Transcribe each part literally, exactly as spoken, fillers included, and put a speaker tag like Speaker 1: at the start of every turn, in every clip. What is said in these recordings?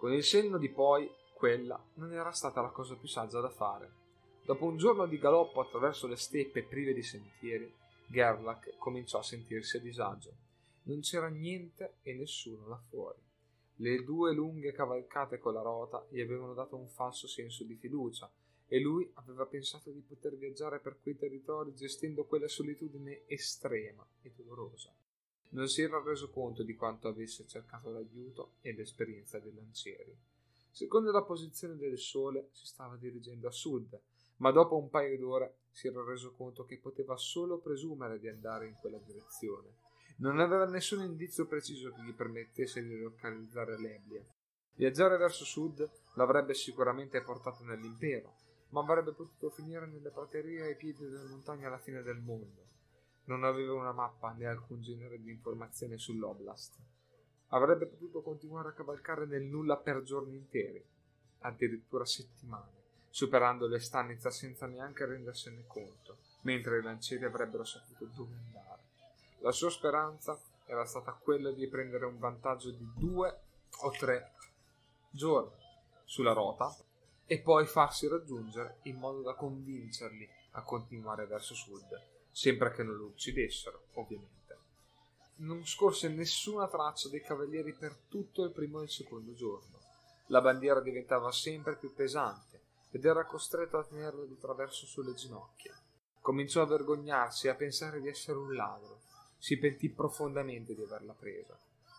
Speaker 1: Con il senno di poi, quella non era stata la cosa più saggia da fare. Dopo un giorno di galoppo attraverso le steppe prive di sentieri, Gerlach cominciò a sentirsi a disagio. Non c'era niente e nessuno là fuori. Le due lunghe cavalcate con la rota gli avevano dato un falso senso di fiducia e lui aveva pensato di poter viaggiare per quei territori gestendo quella solitudine estrema e dolorosa. Non si era reso conto di quanto avesse cercato l'aiuto e l'esperienza dei lancieri. Secondo la posizione del sole si stava dirigendo a sud, ma dopo un paio d'ore si era reso conto che poteva solo presumere di andare in quella direzione. Non aveva nessun indizio preciso che gli permettesse di localizzare l'Eblia. Viaggiare verso sud l'avrebbe sicuramente portato nell'impero, ma avrebbe potuto finire nelle praterie ai piedi delle montagne alla fine del mondo. Non aveva una mappa né alcun genere di informazione sull'Oblast. Avrebbe potuto continuare a cavalcare nel nulla per giorni interi, addirittura settimane, superando le Stanitsa senza neanche rendersene conto, mentre i lancieri avrebbero saputo dove andare. La sua speranza era stata quella di prendere un vantaggio di due o tre giorni sulla rota e poi farsi raggiungere in modo da convincerli a continuare verso sud, sempre che non lo uccidessero, ovviamente. Non scorse nessuna traccia dei cavalieri per tutto il primo e il secondo giorno. La bandiera diventava sempre più pesante ed era costretto a tenerla di traverso sulle ginocchia. Cominciò a vergognarsi e a pensare di essere un ladro. Si pentì profondamente di averla presa.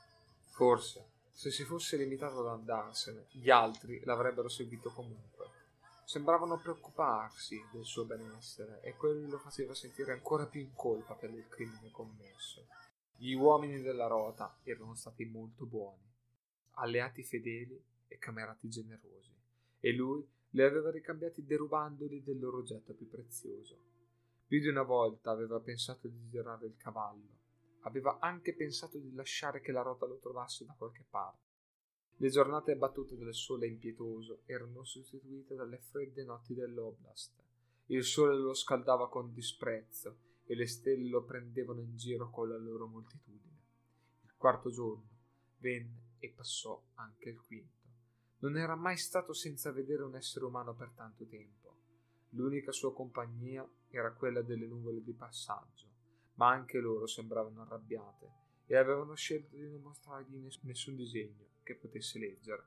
Speaker 1: Forse, se si fosse limitato ad andarsene, gli altri l'avrebbero seguito comunque. Sembravano preoccuparsi del suo benessere e quello lo faceva sentire ancora più in colpa per il crimine commesso. Gli uomini della rota erano stati molto buoni, alleati fedeli e camerati generosi, e lui li aveva ricambiati derubandoli del loro oggetto più prezioso. Più di una volta aveva pensato di girare il cavallo, aveva anche pensato di lasciare che la rota lo trovasse da qualche parte. Le giornate battute del sole impietoso erano sostituite dalle fredde notti dell'Oblast. Il sole lo scaldava con disprezzo e le stelle lo prendevano in giro con la loro moltitudine. Il quarto giorno venne e passò anche il quinto. Non era mai stato senza vedere un essere umano per tanto tempo. L'unica sua compagnia era quella delle nuvole di passaggio, ma anche loro sembravano arrabbiate e avevano scelto di non mostrargli nessun disegno che potesse leggere.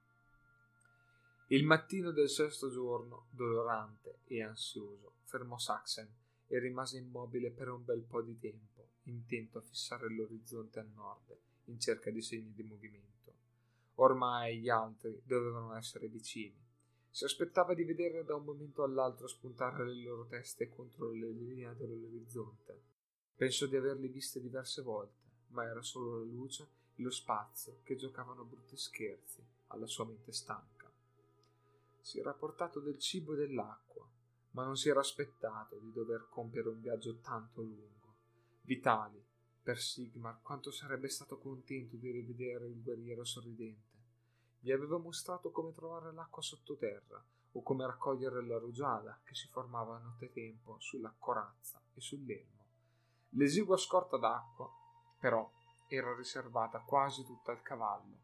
Speaker 1: Il mattino del sesto giorno, dolorante e ansioso, fermò Saxen e rimase immobile per un bel po' di tempo, intento a fissare l'orizzonte a nord, in cerca di segni di movimento. Ormai gli altri dovevano essere vicini. Si aspettava di vedere da un momento all'altro spuntare le loro teste contro le linee dell'orizzonte. Pensò di averli viste diverse volte, ma era solo la luce e lo spazio che giocavano brutti scherzi alla sua mente stanca. Si era portato del cibo e dell'acqua, ma non si era aspettato di dover compiere un viaggio tanto lungo. Vitali, per Sigmar, quanto sarebbe stato contento di rivedere il guerriero sorridente. Gli aveva mostrato come trovare l'acqua sottoterra o come raccogliere la rugiada che si formava a nottetempo sulla corazza e sull'elmo. L'esigua scorta d'acqua, però, era riservata quasi tutta al cavallo.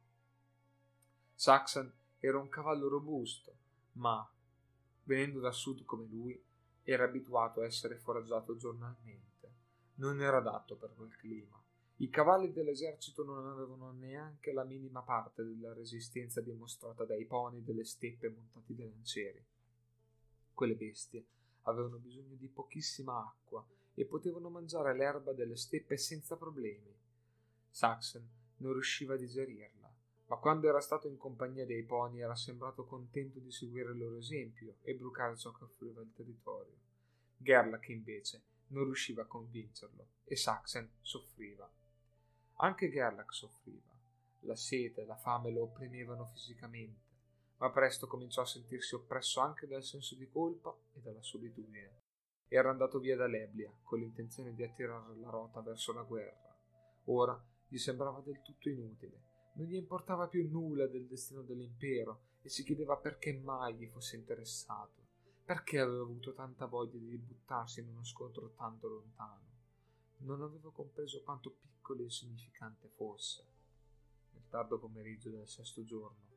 Speaker 1: Saxon era un cavallo robusto, ma, venendo da sud come lui, era abituato a essere foraggiato giornalmente. Non era adatto per quel clima. I cavalli dell'esercito non avevano neanche la minima parte della resistenza dimostrata dai poni delle steppe montati dai lancieri. Quelle bestie avevano bisogno di pochissima acqua e potevano mangiare l'erba delle steppe senza problemi. Saxon non riusciva a digerirla, ma quando era stato in compagnia dei poni era sembrato contento di seguire il loro esempio e brucare ciò che offriva il territorio. Gerlach invece non riusciva a convincerlo e Saxon soffriva. Anche Gerlach soffriva. La sete e la fame lo opprimevano fisicamente, ma presto cominciò a sentirsi oppresso anche dal senso di colpa e dalla solitudine. Era andato via da Leblia con l'intenzione di attirare la rota verso la guerra. Ora gli sembrava del tutto inutile. Non gli importava più nulla del destino dell'impero e si chiedeva perché mai gli fosse interessato, perché aveva avuto tanta voglia di buttarsi in uno scontro tanto lontano. Non avevo compreso quanto piccolo e insignificante fosse. Nel tardo pomeriggio del sesto giorno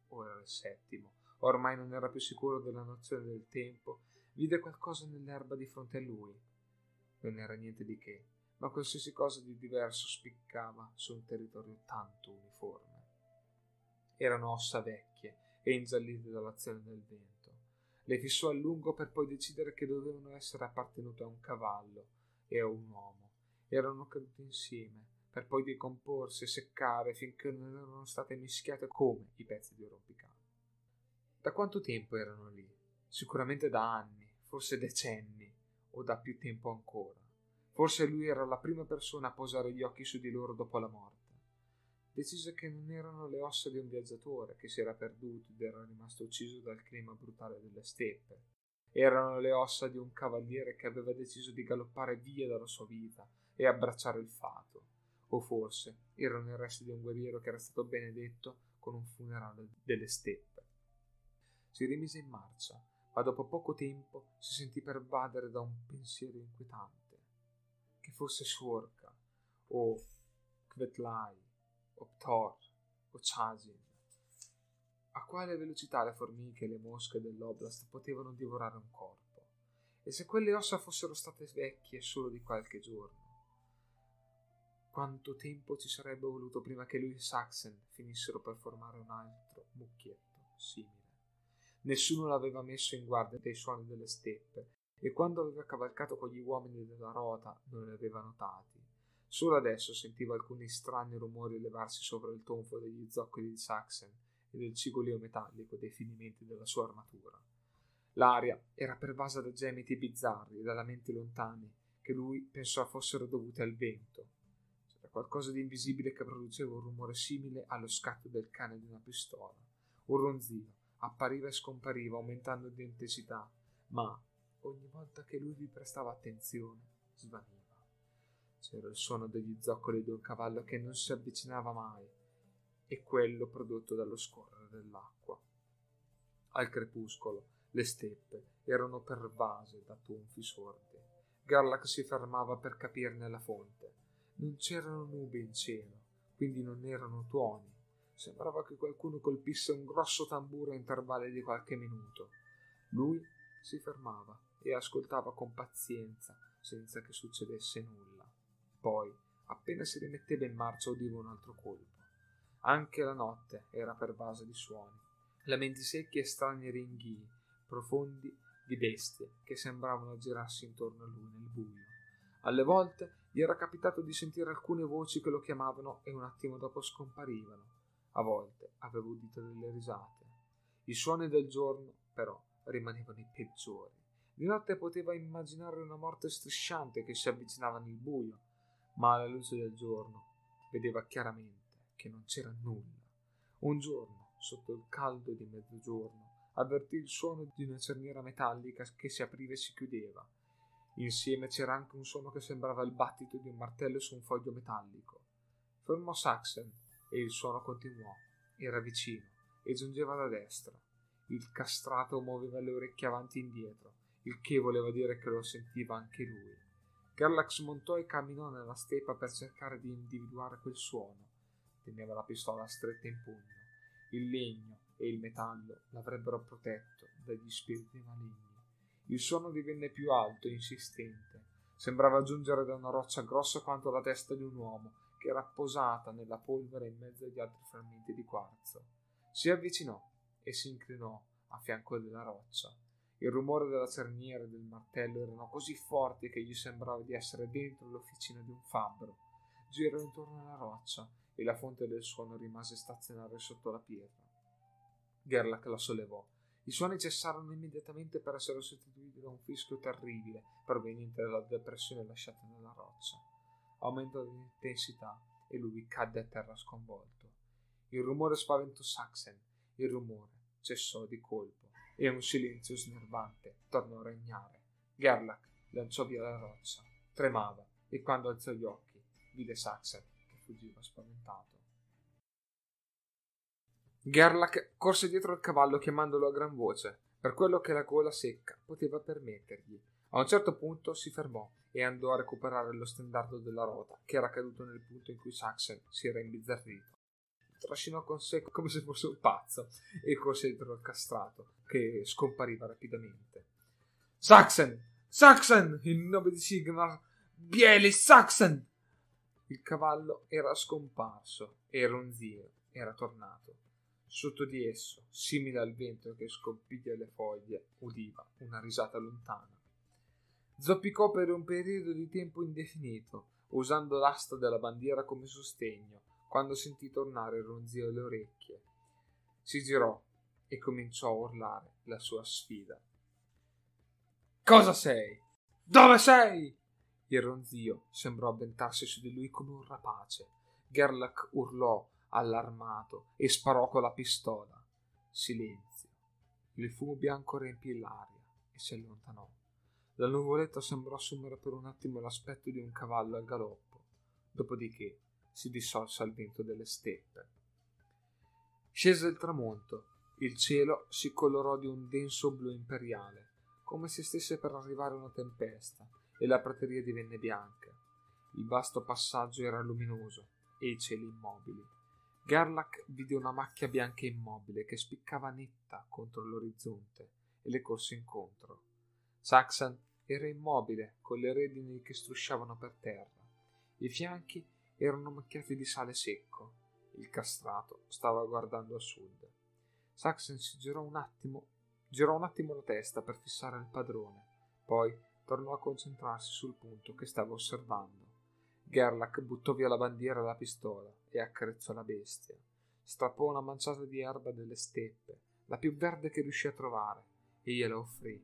Speaker 1: o era il settimo, ormai non era più sicuro della nozione del tempo, vide qualcosa nell'erba di fronte a lui. Non era niente di che, ma qualsiasi cosa di diverso spiccava su un territorio tanto uniforme. Erano ossa vecchie e ingiallite dall'azione del vento. Le fissò a lungo per poi decidere che dovevano essere appartenute a un cavallo e a un uomo. Erano cadute insieme, per poi decomporsi e seccare finché non erano state mischiate come i pezzi di un rompicapo. Da quanto tempo erano lì? Sicuramente da anni, forse decenni, o da più tempo ancora. Forse lui era la prima persona a posare gli occhi su di loro dopo la morte. Decise che non erano le ossa di un viaggiatore che si era perduto ed era rimasto ucciso dal clima brutale delle steppe. Erano le ossa di un cavaliere che aveva deciso di galoppare via dalla sua vita e abbracciare il fato. O forse erano i resti di un guerriero che era stato benedetto con un funerale delle steppe. Si rimise in marcia, ma dopo poco tempo si sentì pervadere da un pensiero inquietante. Che fosse Sorka, o Kvetlai, o Ptor, o Chazin. A quale velocità le formiche e le mosche dell'oblast potevano divorare un corpo? E se quelle ossa fossero state vecchie solo di qualche giorno? Quanto tempo ci sarebbe voluto prima che lui e Saxon finissero per formare un altro mucchietto simile? Nessuno l'aveva messo in guardia dei suoni delle steppe, e quando aveva cavalcato con gli uomini della rota non li aveva notati. Solo adesso sentiva alcuni strani rumori elevarsi sopra il tonfo degli zoccoli di Saxon e del cigolio metallico dei finimenti della sua armatura. L'aria era pervasa da gemiti bizzarri e da lamenti lontani che lui pensò fossero dovuti al vento. C'era qualcosa di invisibile che produceva un rumore simile allo scatto del cane di una pistola. Un ronzio appariva e scompariva aumentando di intensità, ma ogni volta che lui vi prestava attenzione svaniva. C'era il suono degli zoccoli di un cavallo che non si avvicinava mai e quello prodotto dallo scorrere dell'acqua. Al crepuscolo le steppe erano pervase da tonfi sordi. Gerlach si fermava per capirne la fonte. Non c'erano nubi in cielo, quindi non erano tuoni. Sembrava che qualcuno colpisse un grosso tamburo a intervalli di qualche minuto. Lui si fermava e ascoltava con pazienza senza che succedesse nulla. Poi, appena si rimetteva in marcia, udiva un altro colpo. Anche la notte era pervasa di suoni, lamenti secchi e strani ringhii profondi di bestie che sembravano girarsi intorno a lui nel buio. Alle volte gli era capitato di sentire alcune voci che lo chiamavano e un attimo dopo scomparivano. A volte aveva udito delle risate. I suoni del giorno, però, rimanevano i peggiori. Di notte poteva immaginare una morte strisciante che si avvicinava nel buio, ma alla luce del giorno vedeva chiaramente che non c'era nulla. Un giorno, sotto il caldo di mezzogiorno, avvertì il suono di una cerniera metallica che si apriva e si chiudeva. Insieme c'era anche un suono che sembrava il battito di un martello su un foglio metallico. Fermò Saxon e il suono continuò. Era vicino e giungeva da destra. Il castrato muoveva le orecchie avanti e indietro, il che voleva dire che lo sentiva anche lui. Gerlach smontò e camminò nella steppa per cercare di individuare quel suono. Teneva la pistola stretta in pugno. Il legno e il metallo l'avrebbero protetto dagli spiriti maligni. Il suono divenne più alto e insistente. Sembrava giungere da una roccia grossa quanto la testa di un uomo che era posata nella polvere in mezzo agli altri frammenti di quarzo. Si avvicinò e si inclinò a fianco della roccia. Il rumore della cerniera e del martello erano così forti che gli sembrava di essere dentro l'officina di un fabbro. Girò intorno alla roccia e la fonte del suono rimase stazionare sotto la pietra. Gerlach la sollevò. I suoni cessarono immediatamente per essere sostituiti da un fischio terribile proveniente dalla depressione lasciata nella roccia. Aumentò di intensità e lui cadde a terra sconvolto. Il rumore spaventò Saxon. Il rumore cessò di colpo e un silenzio snervante tornò a regnare. Gerlach lanciò via la roccia, tremava e quando alzò gli occhi vide Saxon che fuggiva spaventato. Gerlach corse dietro il cavallo chiamandolo a gran voce, per quello che la gola secca poteva permettergli. A un certo punto si fermò e andò a recuperare lo stendardo della rota che era caduto nel punto in cui Saxon si era imbizzarrito. trascinò con sé come se fosse un pazzo e corse dietro il castrato, che scompariva rapidamente. Saxon! Saxon! Il nome di Sigmar! Bieli Saxon! Il cavallo era scomparso e Ronzio era tornato. Sotto di esso, simile al vento che scoppiglia le foglie, udiva una risata lontana. Zoppicò per un periodo di tempo indefinito, usando l'asta della bandiera come sostegno, quando sentì tornare Ronzio alle orecchie. Si girò e cominciò a urlare la sua sfida. Cosa sei? Dove sei? Il Ronzio sembrò avventarsi su di lui come un rapace. Gerlach urlò, allarmato, e sparò con la pistola. Silenzio. Il fumo bianco riempì l'aria e si allontanò. La nuvoletta sembrò assumere per un attimo l'aspetto di un cavallo al galoppo, dopodiché si dissolse al vento delle steppe. Scese il tramonto, il cielo si colorò di un denso blu imperiale, come se stesse per arrivare una tempesta, e la prateria divenne bianca. Il vasto passaggio era luminoso e i cieli immobili. Gerlach vide una macchia bianca immobile che spiccava netta contro l'orizzonte e le corse incontro. Saxon era immobile, con le redini che strusciavano per terra. I fianchi erano macchiati di sale secco. Il castrato stava guardando a sud. Saxon si girò un attimo, girò un attimo la testa per fissare il padrone, poi tornò a concentrarsi sul punto che stava osservando. Gerlach buttò via la bandiera e la pistola e accarezzò la bestia. Strappò una manciata di erba delle steppe, la più verde che riuscì a trovare, e gliela offrì.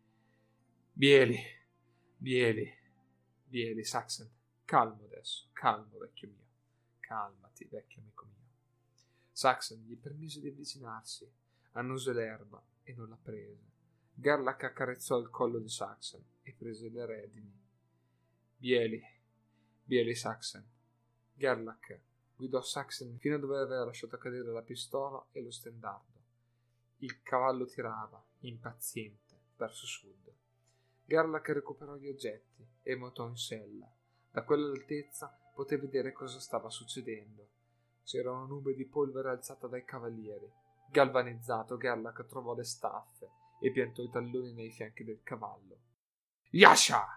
Speaker 1: Bieli, Bieli, Bieli, Saxon, calmo adesso, calmo, vecchio mio, calmati, vecchio amico mio. Saxon gli permise di avvicinarsi, annuse l'erba e non la prese. Gerlach accarezzò il collo di Saxon e prese le redini. Bieli, Bieli Saxon. Gerlach guidò Saxon fino a dove aveva lasciato cadere la pistola e lo stendardo. Il cavallo tirava, impaziente, verso sud. Gerlach recuperò gli oggetti e montò in sella. Da quell'altezza poté vedere cosa stava succedendo. C'era una nube di polvere alzata dai cavalieri. Galvanizzato, Gerlach trovò le staffe e piantò i talloni nei fianchi del cavallo. Yasha!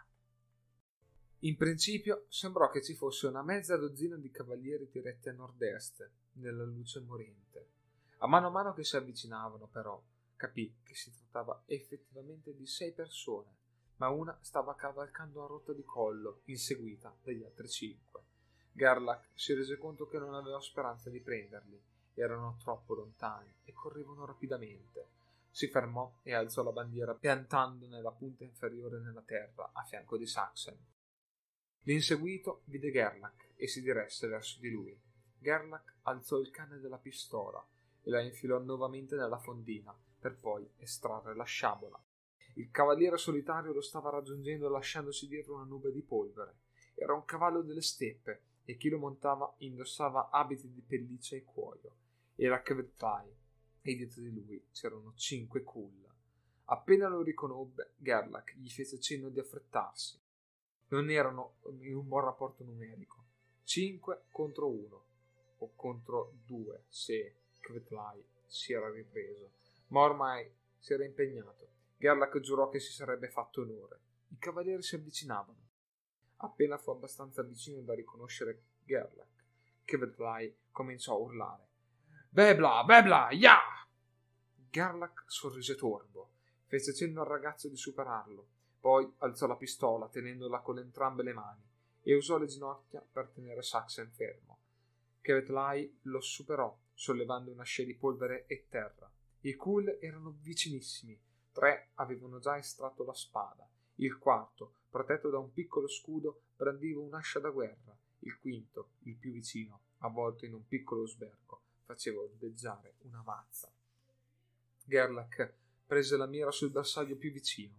Speaker 1: In principio sembrò che ci fosse una mezza dozzina di cavalieri diretti a nord-est, nella luce morente. A mano a mano che si avvicinavano, però, capì che si trattava effettivamente di sei persone, ma una stava cavalcando a rotta di collo, inseguita dagli altri cinque. Gerlach si rese conto che non aveva speranza di prenderli, erano troppo lontani e correvano rapidamente. Si fermò e alzò la bandiera piantando nella punta inferiore nella terra a fianco di Saxon. L'inseguito vide Gerlach e si diresse verso di lui. Gerlach alzò il canne della pistola e la infilò nuovamente nella fondina per poi estrarre la sciabola. Il cavaliere solitario lo stava raggiungendo lasciandosi dietro una nube di polvere. Era un cavallo delle steppe e chi lo montava indossava abiti di pelliccia e cuoio. Era Kvetlai e dietro di lui c'erano cinque culla. Appena lo riconobbe, Gerlach gli fece cenno di affrettarsi. Non erano in un buon rapporto numerico. Cinque contro uno, o contro due, se Kvetlai si era ripreso. Ma ormai si era impegnato. Gerlach giurò che si sarebbe fatto onore. I cavalieri si avvicinavano. Appena fu abbastanza vicino da riconoscere Gerlach, Kvetlai cominciò a urlare. Bebla, Bebla, ya! Gerlach sorrise torvo. Fece cenno al ragazzo di superarlo. Poi alzò la pistola tenendola con entrambe le mani e usò le ginocchia per tenere Saxon fermo. Kvetlai lo superò, sollevando una scia di polvere e terra. I Kul erano vicinissimi. Tre avevano già estratto la spada. Il quarto, protetto da un piccolo scudo, brandiva un'ascia da guerra. Il quinto, il più vicino, avvolto in un piccolo sbergo, faceva ondeggiare una mazza. Gerlach prese la mira sul bersaglio più vicino.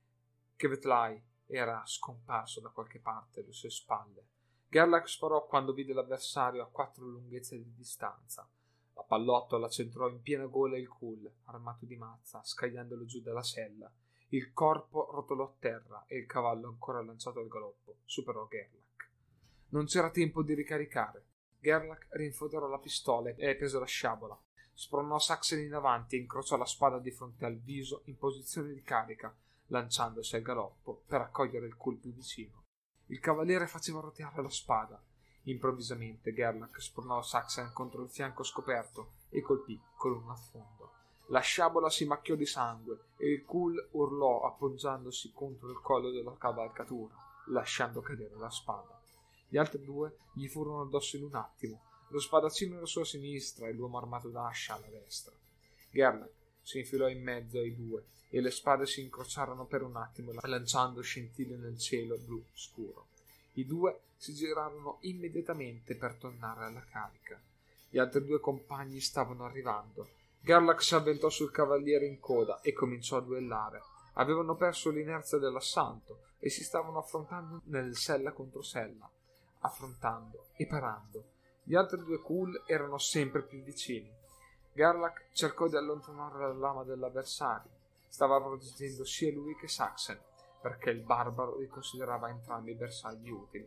Speaker 1: Kvetlai era scomparso da qualche parte alle sue spalle. Gerlach sparò quando vide l'avversario a quattro lunghezze di distanza. La pallottola centrò in piena gola il Kul, armato di mazza, scagliandolo giù dalla sella. Il corpo rotolò a terra e il cavallo, ancora lanciato al galoppo, superò Gerlach. Non c'era tempo di ricaricare. Gerlach rinfoderò la pistola e prese la sciabola. Spronò Saxon in avanti e incrociò la spada di fronte al viso in posizione di carica, lanciandosi al galoppo per raccogliere il colpo più vicino. Il cavaliere faceva roteare la spada. Improvvisamente Gerlach spronò Saxon contro il fianco scoperto e colpì con un affondo. La sciabola si macchiò di sangue e il Ghoul urlò appoggiandosi contro il collo della cavalcatura, lasciando cadere la spada. Gli altri due gli furono addosso in un attimo, lo spadaccino alla sua sinistra e l'uomo armato d'ascia alla destra. Gerlach si infilò in mezzo ai due e le spade si incrociarono per un attimo, lanciando scintille nel cielo blu scuro. I due si girarono immediatamente per tornare alla carica. Gli altri due compagni stavano arrivando. Gerlach si avventò sul cavaliere in coda e cominciò a duellare. Avevano perso l'inerzia dell'assalto e si stavano affrontando nel sella contro sella, affrontando e parando. Gli altri due Ghoul erano sempre più vicini. Gerlach cercò di allontanare la lama dell'avversario. Stava proteggendo sia lui che Saxon, perché il barbaro li considerava entrambi bersagli utili.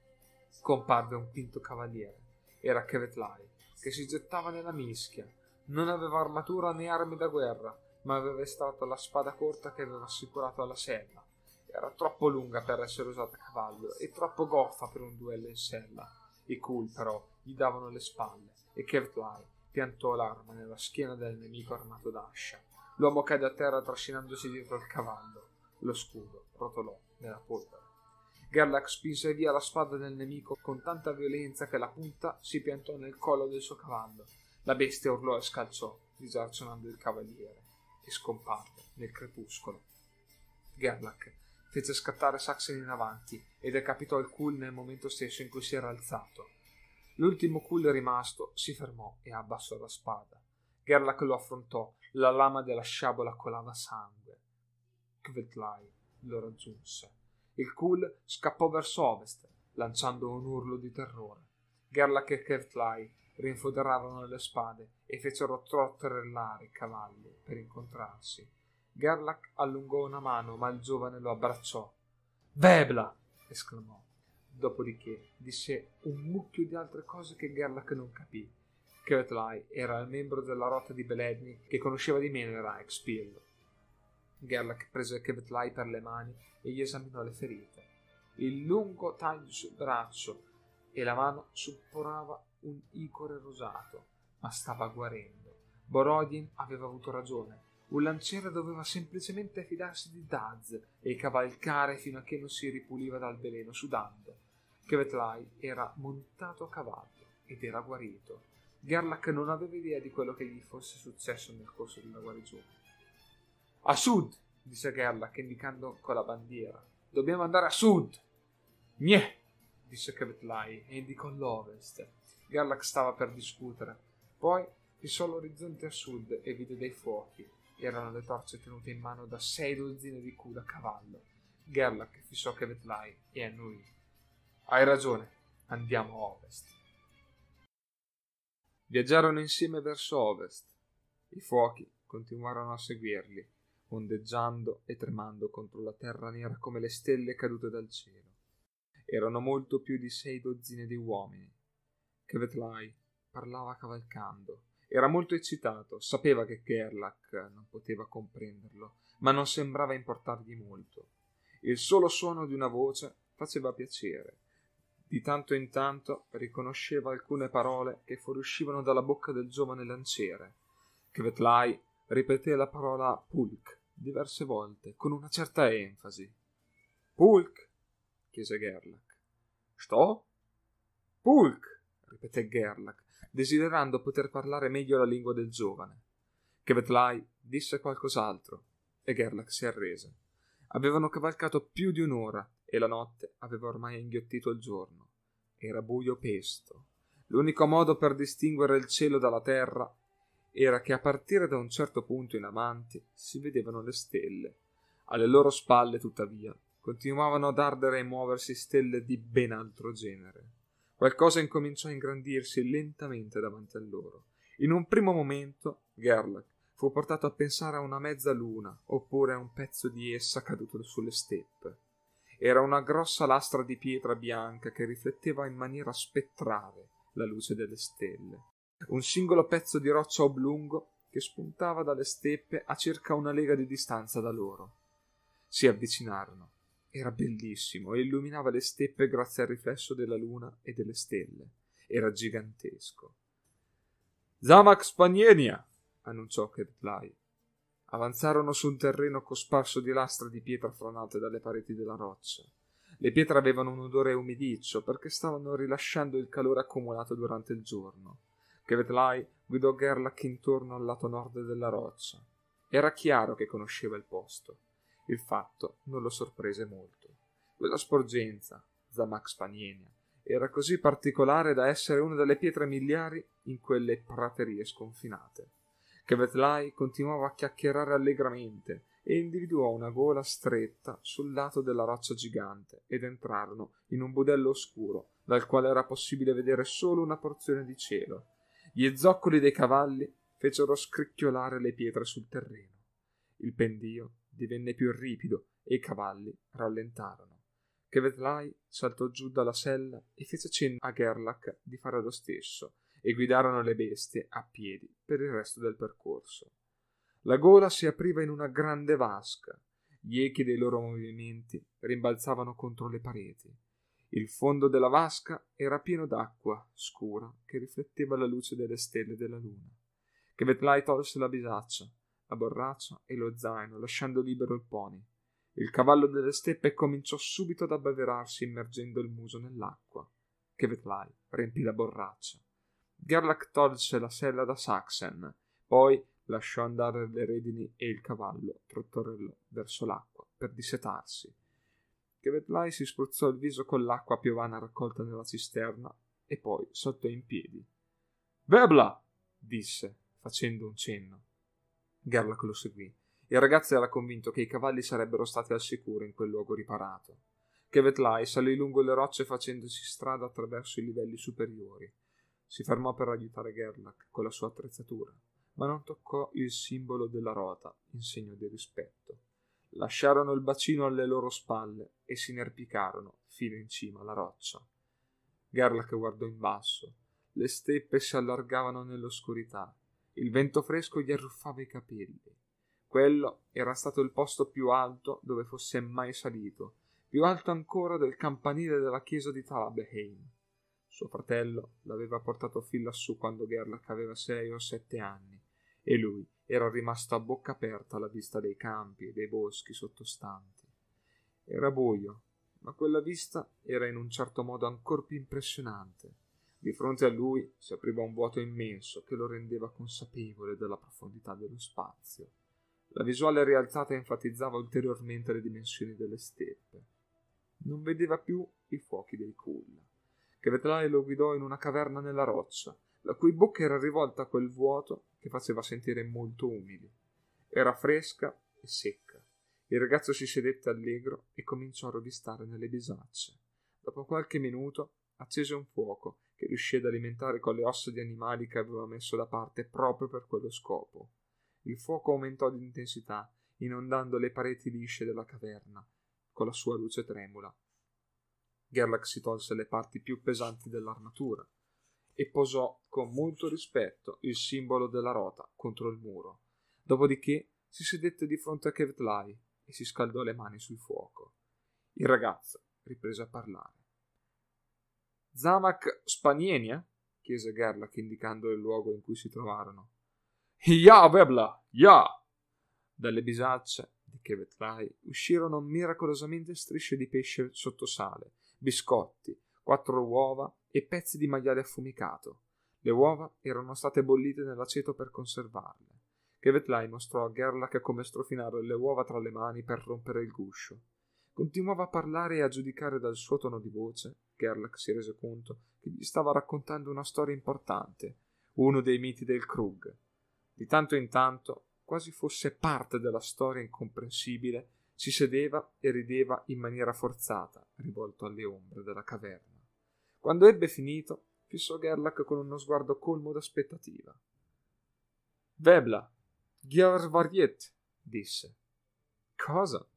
Speaker 1: Comparve un quinto cavaliere. Era Kevetlai, che si gettava nella mischia. Non aveva armatura né armi da guerra, ma aveva estratto la spada corta che aveva assicurato alla sella. Era troppo lunga per essere usata a cavallo e troppo goffa per un duello in sella. I Ghoul però gli davano le spalle e Kevetlai piantò l'arma nella schiena del nemico armato d'ascia. L'uomo cadde a terra trascinandosi dietro il cavallo. Lo scudo rotolò nella polvere. Gerlach spinse via la spada del nemico con tanta violenza che la punta si piantò nel collo del suo cavallo. La bestia urlò e scalciò, disarcionando il cavaliere, e scomparve nel crepuscolo. Gerlach fece scattare Saxon in avanti e decapitò il Ghoul nel momento stesso in cui si era alzato. L'ultimo Ghoul rimasto si fermò e abbassò la spada. Gerlach lo affrontò, la lama della sciabola colava sangue. Kevetlai lo raggiunse. Il Ghoul scappò verso ovest, lanciando un urlo di terrore. Gerlach e Kevetlai rinfoderarono le spade e fecero trotterellare i cavalli per incontrarsi. Gerlach allungò una mano, ma il giovane lo abbracciò. «Vebla!» esclamò. Dopodiché disse un mucchio di altre cose che Gerlach non capì. Kevetlai era il membro della rotta di Beledni che conosceva di meno il Reichspiel. Gerlach prese Kevetlai per le mani e gli esaminò le ferite. Il lungo taglio sul braccio e la mano supporava un icore rosato, ma stava guarendo. Borodin aveva avuto ragione. Un lanciere doveva semplicemente fidarsi di Daz e cavalcare fino a che non si ripuliva dal veleno sudando. Kevetlai era montato a cavallo ed era guarito. Gerlach non aveva idea di quello che gli fosse successo nel corso della guarigione. «A sud!» disse Gerlach indicando con la bandiera. «Dobbiamo andare a sud!» «Gnè!» disse Kevetlai e indicò l'ovest. Gerlach stava per discutere. Poi fissò l'orizzonte a sud e vide dei fuochi. Erano le torce tenute in mano da sei dozzine di Ghoul a cavallo. Gerlach fissò Kevetlai e annuì. «Hai ragione, andiamo a ovest». Viaggiarono insieme verso ovest. I fuochi continuarono a seguirli, ondeggiando e tremando contro la terra nera come le stelle cadute dal cielo. Erano molto più di sei dozzine di uomini. Kevetlai parlava cavalcando. Era molto eccitato, sapeva che Gerlach non poteva comprenderlo, ma non sembrava importargli molto. Il solo suono di una voce faceva piacere. Di tanto in tanto riconosceva alcune parole che fuoriuscivano dalla bocca del giovane lanciere. Kevetlai ripeté la parola Pulk diverse volte, con una certa enfasi. «Pulk?» chiese Gerlach. «Sto?» «Pulk!» ripeté Gerlach, desiderando poter parlare meglio la lingua del giovane. Kevetlai disse qualcos'altro e Gerlach si arrese. Avevano cavalcato più di un'ora e la notte aveva ormai inghiottito il giorno. Era buio pesto. L'unico modo per distinguere il cielo dalla terra era che a partire da un certo punto in avanti si vedevano le stelle. Alle loro spalle, tuttavia, continuavano ad ardere e muoversi stelle di ben altro genere. Qualcosa incominciò a ingrandirsi lentamente davanti a loro. In un primo momento Gerlach fu portato a pensare a una mezza luna oppure a un pezzo di essa caduto sulle steppe. Era una grossa lastra di pietra bianca che rifletteva in maniera spettrale la luce delle stelle. Un singolo pezzo di roccia oblungo che spuntava dalle steppe a circa una lega di distanza da loro. Si avvicinarono. Era bellissimo e illuminava le steppe grazie al riflesso della luna e delle stelle. Era gigantesco. «Zamak Spanienia!» annunciò Kevetlai. Avanzarono su un terreno cosparso di lastre di pietra franate dalle pareti della roccia. Le pietre avevano un odore umidiccio perché stavano rilasciando il calore accumulato durante il giorno. Kevetlai guidò Gerlach intorno al lato nord della roccia. Era chiaro che conosceva il posto. Il fatto non lo sorprese molto. Quella sporgenza, Zamak Spanienia, era così particolare da essere una delle pietre miliari in quelle praterie sconfinate. Kevetlai continuava a chiacchierare allegramente e individuò una gola stretta sul lato della roccia gigante ed entrarono in un budello oscuro dal quale era possibile vedere solo una porzione di cielo. Gli zoccoli dei cavalli fecero scricchiolare le pietre sul terreno. Il pendio divenne più ripido e i cavalli rallentarono. Kevetlai saltò giù dalla sella e fece cenno a Gerlach di fare lo stesso e guidarono le bestie a piedi per il resto del percorso. La gola si apriva in una grande vasca. Gli echi dei loro movimenti rimbalzavano contro le pareti. Il fondo della vasca era pieno d'acqua scura che rifletteva la luce delle stelle della luna. Kevetlai tolse la bisaccia, la borraccia e lo zaino, lasciando libero il pony. Il cavallo delle steppe cominciò subito ad abbeverarsi immergendo il muso nell'acqua. Kevetlai riempì la borraccia. Gerlach tolse la sella da Saxen, poi lasciò andare le redini e il cavallo trotterellò verso l'acqua per dissetarsi. Kevetlai si spruzzò il viso con l'acqua piovana raccolta nella cisterna e poi saltò in piedi. «Vebla!» disse, facendo un cenno. Gerlach lo seguì. Il ragazzo era convinto che i cavalli sarebbero stati al sicuro in quel luogo riparato. Kevetlai salì lungo le rocce facendosi strada attraverso i livelli superiori. Si fermò per aiutare Gerlach con la sua attrezzatura, ma non toccò il simbolo della rota in segno di rispetto. Lasciarono il bacino alle loro spalle e si inerpicarono fino in cima alla roccia. Gerlach guardò in basso. Le steppe si allargavano nell'oscurità. Il vento fresco gli arruffava i capelli. Quello era stato il posto più alto dove fosse mai salito, più alto ancora del campanile della chiesa di Talabheim. Suo fratello l'aveva portato fin lassù quando Gerlach aveva sei o sette anni, e lui era rimasto a bocca aperta alla vista dei campi e dei boschi sottostanti. Era buio, ma quella vista era in un certo modo ancor più impressionante. Di fronte a lui si apriva un vuoto immenso che lo rendeva consapevole della profondità dello spazio. La visuale rialzata enfatizzava ulteriormente le dimensioni delle steppe. Non vedeva più i fuochi dei culla. Kevetlai lo guidò in una caverna nella roccia, la cui bocca era rivolta a quel vuoto che faceva sentire molto umidi. Era fresca e secca. Il ragazzo si sedette allegro e cominciò a rovistare nelle bisacce. Dopo qualche minuto accese un fuoco che riuscì ad alimentare con le ossa di animali che aveva messo da parte proprio per quello scopo. Il fuoco aumentò di intensità, inondando le pareti lisce della caverna con la sua luce tremula. Gerlach si tolse le parti più pesanti dell'armatura e posò con molto rispetto il simbolo della rota contro il muro. Dopodiché si sedette di fronte a Kevetlai e si scaldò le mani sul fuoco. Il ragazzo riprese a parlare. «Zamak Spanienia?» chiese Gerlach indicando il luogo in cui si trovarono. «Ja, Vebla, ja!» Dalle bisacce di Kevetlai uscirono miracolosamente strisce di pesce sottosale, biscotti, quattro uova e pezzi di maiale affumicato. Le uova erano state bollite nell'aceto per conservarle. Kevetlai mostrò a Gerlach come strofinare le uova tra le mani per rompere il guscio. Continuava a parlare e a giudicare dal suo tono di voce. Gerlach si rese conto che gli stava raccontando una storia importante, uno dei miti del Krug. Di tanto in tanto, quasi fosse parte della storia incomprensibile, si sedeva e rideva in maniera forzata, rivolto alle ombre della caverna. Quando ebbe finito, fissò Gerlach con uno sguardo colmo d'aspettativa. «Vebla, Gjervariet», disse. «Cosa?»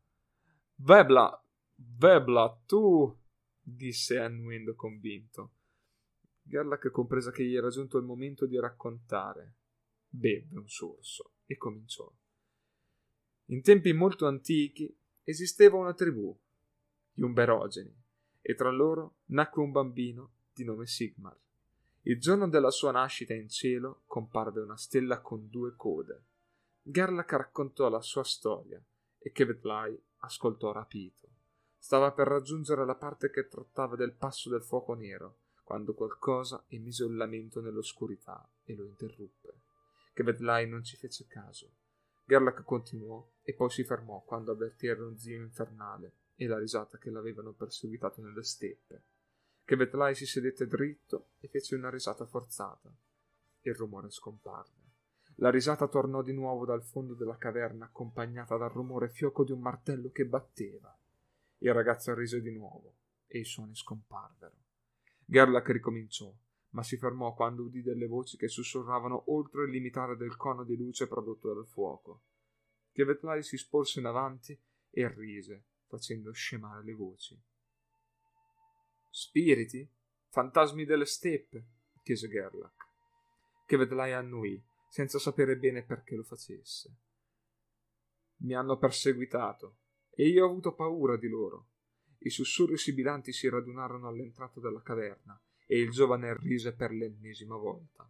Speaker 1: «Vebla, Vebla, tu», disse annuendo convinto. Gerlach comprese che gli era giunto il momento di raccontare. Bevve un sorso e cominciò. In tempi molto antichi esisteva una tribù, gli Umberogeni, e tra loro nacque un bambino di nome Sigmar. Il giorno della sua nascita in cielo comparve una stella con due code. Gerlach raccontò la sua storia e Kevetlai ascoltò rapito. Stava per raggiungere la parte che trattava del passo del fuoco nero, quando qualcosa emise un lamento nell'oscurità e lo interruppe. Kevetlai non ci fece caso. Gerlach continuò e poi si fermò quando avvertirono Zio Infernale e la risata che l'avevano perseguitato nelle steppe. Kevetlai si sedette dritto e fece una risata forzata. Il rumore scomparve. La risata tornò di nuovo dal fondo della caverna, accompagnata dal rumore fioco di un martello che batteva. Il ragazzo rise di nuovo e i suoni scomparvero. Gerlach ricominciò, ma si fermò quando udì delle voci che sussurravano oltre il limitare del cono di luce prodotto dal fuoco. Kevetlai si sporse in avanti e rise, facendo scemare le voci. «Spiriti? Fantasmi delle steppe?» chiese Gerlach. Kevetlai annuì, senza sapere bene perché lo facesse. «Mi hanno perseguitato e io ho avuto paura di loro». I sussurri sibilanti si radunarono all'entrata della caverna e il giovane rise per l'ennesima volta.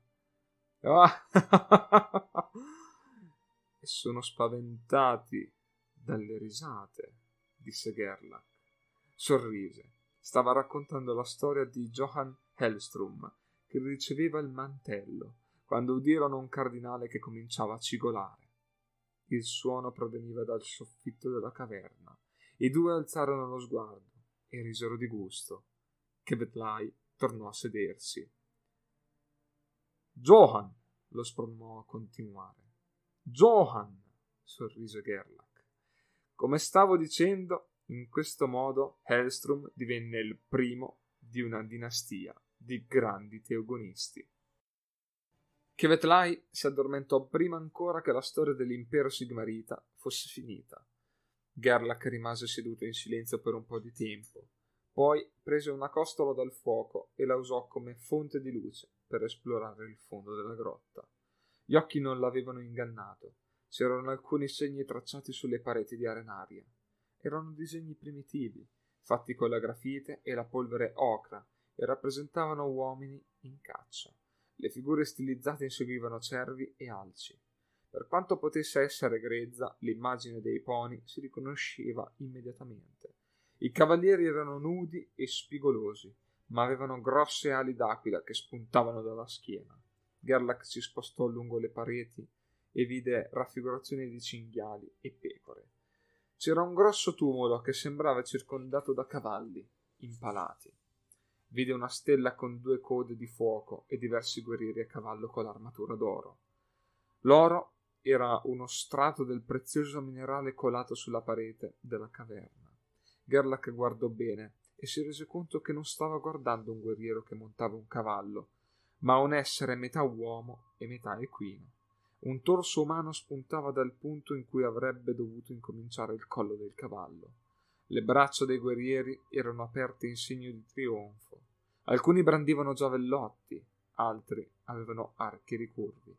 Speaker 1: Ah! E sono spaventati dalle risate, disse Gerlach. Sorrise. Stava raccontando la storia di Johann Hellstrom, che riceveva il mantello, quando udirono un cardinale che cominciava a cigolare. Il suono proveniva dal soffitto della caverna. I due alzarono lo sguardo e risero di gusto. Kevetlai tornò a sedersi. «Johann!» lo spronò a continuare. «Johann!» sorrise Gerlach. «Come stavo dicendo, in questo modo Hellstrom divenne il primo di una dinastia di grandi teogonisti». Kevetlai si addormentò prima ancora che la storia dell'impero sigmarita fosse finita. Gerlach rimase seduto in silenzio per un po' di tempo. Poi prese una costola dal fuoco e la usò come fonte di luce per esplorare il fondo della grotta. Gli occhi non l'avevano ingannato. C'erano alcuni segni tracciati sulle pareti di arenaria. Erano disegni primitivi, fatti con la grafite e la polvere ocra, e rappresentavano uomini in caccia. Le figure stilizzate inseguivano cervi e alci. Per quanto potesse essere grezza, l'immagine dei poni si riconosceva immediatamente. I cavalieri erano nudi e spigolosi, ma avevano grosse ali d'aquila che spuntavano dalla schiena. Gerlach si spostò lungo le pareti e vide raffigurazioni di cinghiali e pecore. C'era un grosso tumulo che sembrava circondato da cavalli impalati. Vide una stella con due code di fuoco e diversi guerrieri a cavallo con l'armatura d'oro. L'oro era uno strato del prezioso minerale colato sulla parete della caverna. Gerlach guardò bene e si rese conto che non stava guardando un guerriero che montava un cavallo, ma un essere metà uomo e metà equino. Un torso umano spuntava dal punto in cui avrebbe dovuto incominciare il collo del cavallo. Le braccia dei guerrieri erano aperte in segno di trionfo. Alcuni brandivano giavellotti, altri avevano archi ricurvi.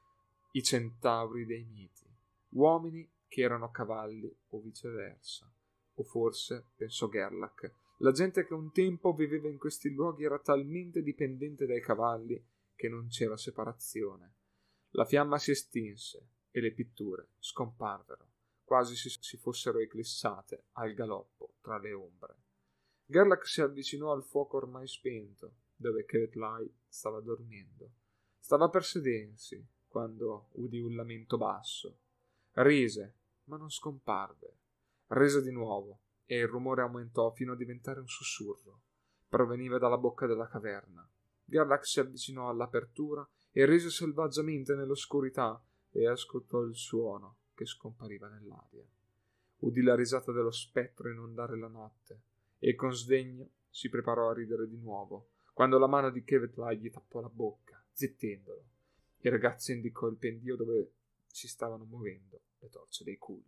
Speaker 1: I centauri dei miti, uomini che erano cavalli o viceversa. O forse, pensò Gerlach, la gente che un tempo viveva in questi luoghi era talmente dipendente dai cavalli che non c'era separazione. La fiamma si estinse e le pitture scomparvero, quasi si, si fossero eclissate al galoppo tra le ombre. Gerlach si avvicinò al fuoco ormai spento, dove Kevetlai stava dormendo. Stava per sedersi, quando udì un lamento basso. Rise, ma non scomparve. Rise di nuovo, e il rumore aumentò fino a diventare un sussurro. Proveniva dalla bocca della caverna. Gerlach si avvicinò all'apertura e rise selvaggiamente nell'oscurità e ascoltò il suono che scompariva nell'aria. Udì la risata dello spettro inondare la notte e con sdegno si preparò a ridere di nuovo, quando la mano di Kevetlai gli tappò la bocca, zittendolo. Il ragazzo indicò il pendio dove si stavano muovendo le torce dei Kull.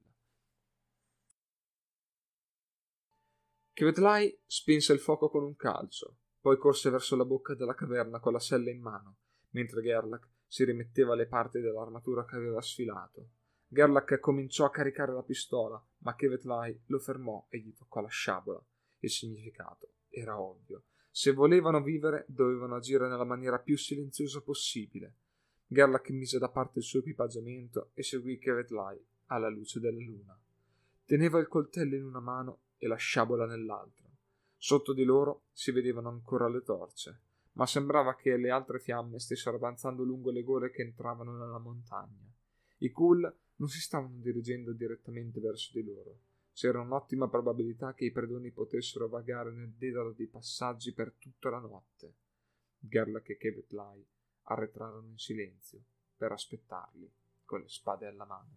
Speaker 1: Kevetlai spinse il fuoco con un calcio, Poi corse verso la bocca della caverna con la sella in mano, mentre Gerlach si rimetteva le parti dell'armatura che aveva sfilato. Gerlach cominciò a caricare la pistola, ma Kevetlai lo fermò e gli toccò la sciabola. Il significato era ovvio. Se volevano vivere, dovevano agire nella maniera più silenziosa possibile. Gerlach mise da parte il suo equipaggiamento e seguì Kevetlai alla luce della luna. Teneva il coltello in una mano e la sciabola nell'altra. Sotto di loro si vedevano ancora le torce, ma sembrava che le altre fiamme stessero avanzando lungo le gole che entravano nella montagna. I Ghoul non si stavano dirigendo direttamente verso di loro. C'era un'ottima probabilità che i predoni potessero vagare nel dedalo dei passaggi per tutta la notte. Gerlach e Kevetlai arretrarono in silenzio per aspettarli con le spade alla mano.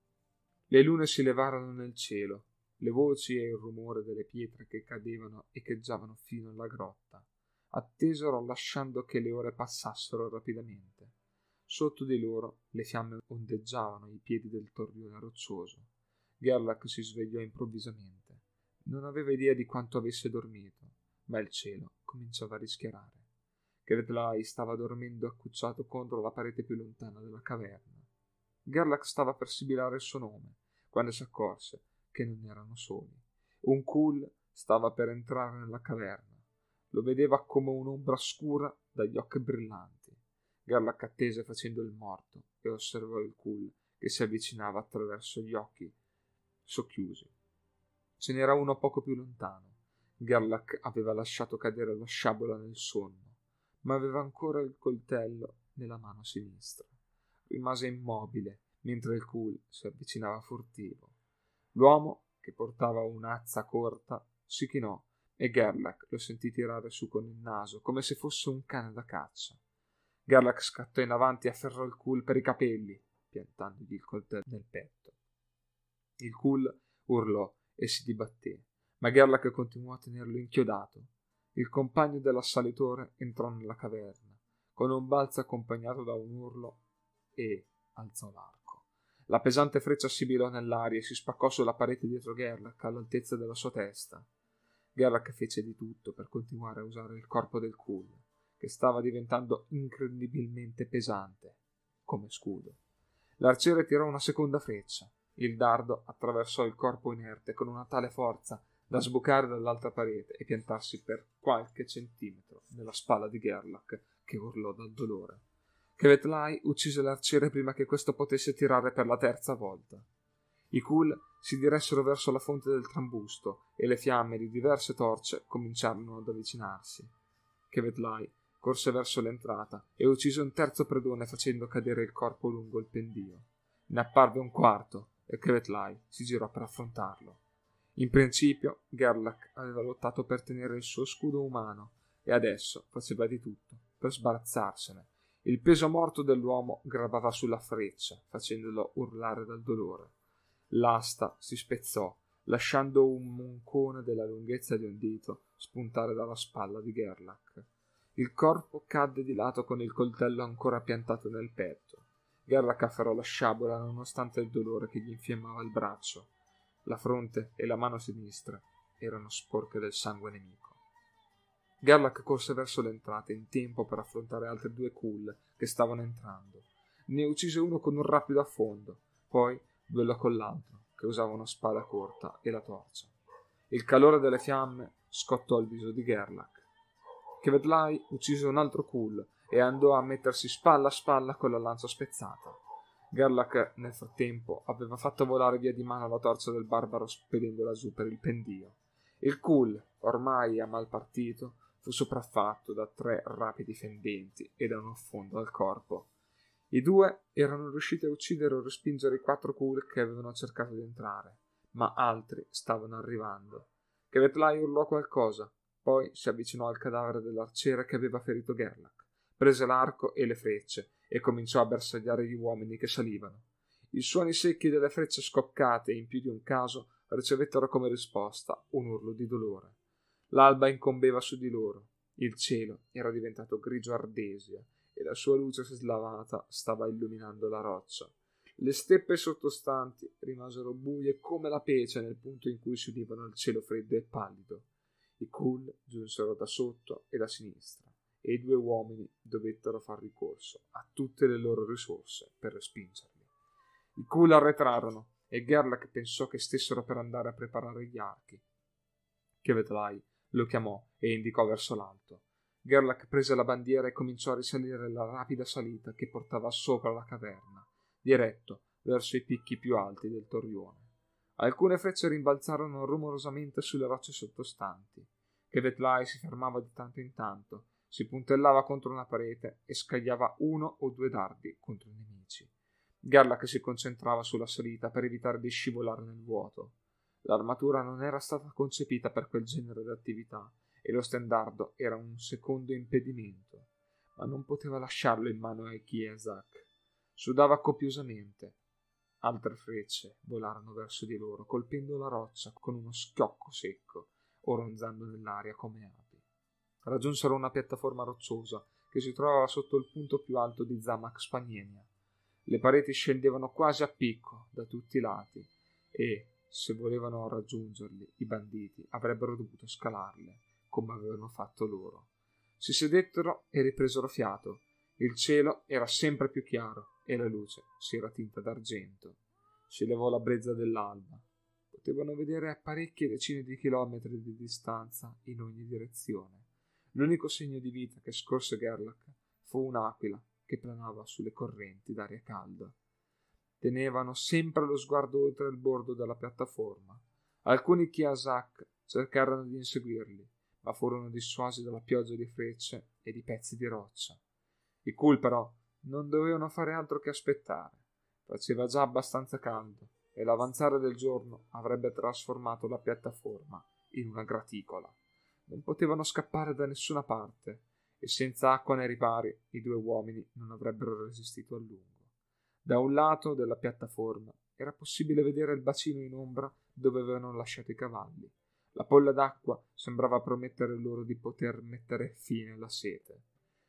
Speaker 1: Le lune si levarono nel cielo, le voci e il rumore delle pietre che cadevano echeggiavano fino alla grotta. Attesero lasciando che le ore passassero rapidamente. Sotto di loro le fiamme ondeggiavano ai piedi del torrione roccioso. Gerlach si svegliò improvvisamente. Non aveva idea di quanto avesse dormito, ma il cielo cominciava a rischiarare. Kevetlai stava dormendo accucciato contro la parete più lontana della caverna. Gerlach stava per sibilare il suo nome, quando si accorse che non erano soli. Un Ghoul stava per entrare nella caverna. Lo vedeva come un'ombra scura dagli occhi brillanti. Gerlach attese facendo il morto e osservò il Ghoul che si avvicinava attraverso gli occhi socchiusi. Ce n'era uno poco più lontano. Gerlach aveva lasciato cadere la sciabola nel sonno, ma aveva ancora il coltello nella mano sinistra. Rimase immobile mentre il Ghoul si avvicinava furtivo. L'uomo, che portava un'azza corta, si chinò e Gerlach lo sentì tirare su con il naso come se fosse un cane da caccia. Gerlach scattò in avanti e afferrò il Ghoul per i capelli, piantandogli il coltello nel petto. Il Ghoul urlò e si dibatté, ma Gerlach continuò a tenerlo inchiodato. Il compagno dell'assalitore entrò nella caverna, con un balzo accompagnato da un urlo, e alzò l'arco. La pesante freccia sibilò nell'aria e si spaccò sulla parete dietro Gerlach all'altezza della sua testa. Gerlach fece di tutto per continuare a usare il corpo del Ghoul, che stava diventando incredibilmente pesante, come scudo. L'arciere tirò una seconda freccia. Il dardo attraversò il corpo inerte con una tale forza da sbucare dall'altra parete e piantarsi per qualche centimetro nella spalla di Gerlach, che urlò dal dolore. Kevetlai uccise l'arciere prima che questo potesse tirare per la terza volta. I Ghoul si diressero verso la fonte del trambusto e le fiamme di diverse torce cominciarono ad avvicinarsi. Kevetlai corse verso l'entrata e uccise un terzo predone facendo cadere il corpo lungo il pendio. Ne apparve un quarto e Kevetlai si girò per affrontarlo. In principio Gerlach aveva lottato per tenere il suo scudo umano e adesso faceva di tutto per sbarazzarsene. Il peso morto dell'uomo gravava sulla freccia, facendolo urlare dal dolore. L'asta si spezzò, lasciando un moncone della lunghezza di un dito spuntare dalla spalla di Gerlach. Il corpo cadde di lato con il coltello ancora piantato nel petto. Gerlach afferrò la sciabola nonostante il dolore che gli infiammava il braccio. La fronte e la mano sinistra erano sporche del sangue nemico. Gerlach corse verso l'entrata in tempo per affrontare altri due Ghoul che stavano entrando. Ne uccise uno con un rapido affondo, poi duellò con l'altro, che usava una spada corta e la torcia. Il calore delle fiamme scottò il viso di Gerlach. Kevetlai uccise un altro Ghoul e andò a mettersi spalla a spalla con la lancia spezzata. Gerlach nel frattempo aveva fatto volare via di mano la torcia del barbaro spedendola giù per il pendio. Il Ghoul, ormai a mal partito, fu sopraffatto da tre rapidi fendenti e da un affondo al corpo. I due erano riusciti a uccidere o respingere i quattro Ghoul che avevano cercato di entrare, ma altri stavano arrivando. Kevetlai urlò qualcosa, poi si avvicinò al cadavere dell'arciere che aveva ferito Gerlach, prese l'arco e le frecce e cominciò a bersagliare gli uomini che salivano. I suoni secchi delle frecce scoccate in più di un caso ricevettero come risposta un urlo di dolore. L'alba incombeva su di loro, il cielo era diventato grigio ardesia e la sua luce slavata stava illuminando la roccia. Le steppe sottostanti rimasero buie come la pece nel punto in cui si udivano il cielo freddo e pallido. I Kul giunsero da sotto e da sinistra, e i due uomini dovettero far ricorso a tutte le loro risorse per respingerli. I Kul arretrarono, e Gerlach pensò che stessero per andare a preparare gli archi. Kevetlai lo chiamò e indicò verso l'alto. Gerlach prese la bandiera e cominciò a risalire la rapida salita che portava sopra la caverna, diretto verso i picchi più alti del torrione. Alcune frecce rimbalzarono rumorosamente sulle rocce sottostanti. Kevetlai si fermava di tanto in tanto, si puntellava contro una parete e scagliava uno o due dardi contro i nemici. Gerlach si concentrava sulla salita per evitare di scivolare nel vuoto. L'armatura non era stata concepita per quel genere di attività e lo stendardo era un secondo impedimento, ma non poteva lasciarlo in mano ai Kiesak. Sudava copiosamente. Altre frecce volarono verso di loro, colpendo la roccia con uno schiocco secco o ronzando nell'aria come api. Raggiunsero una piattaforma rocciosa che si trovava sotto il punto più alto di Zamac Spanienia. Le pareti scendevano quasi a picco da tutti i lati e, se volevano raggiungerli, i banditi avrebbero dovuto scalarle, come avevano fatto loro. Si sedettero e ripresero fiato. Il cielo era sempre più chiaro e la luce si era tinta d'argento. Si levò la brezza dell'alba. Potevano vedere a parecchie decine di chilometri di distanza in ogni direzione. L'unico segno di vita che scorse Gerlach fu un'aquila che planava sulle correnti d'aria calda. Tenevano sempre lo sguardo oltre il bordo della piattaforma. Alcuni Kiasak cercarono di inseguirli, ma furono dissuasi dalla pioggia di frecce e di pezzi di roccia. I Kul però non dovevano fare altro che aspettare. Faceva già abbastanza caldo e l'avanzare del giorno avrebbe trasformato la piattaforma in una graticola. Non potevano scappare da nessuna parte e senza acqua nei ripari i due uomini non avrebbero resistito a lungo. Da un lato della piattaforma era possibile vedere il bacino in ombra dove avevano lasciato i cavalli. La polla d'acqua sembrava promettere loro di poter mettere fine alla sete.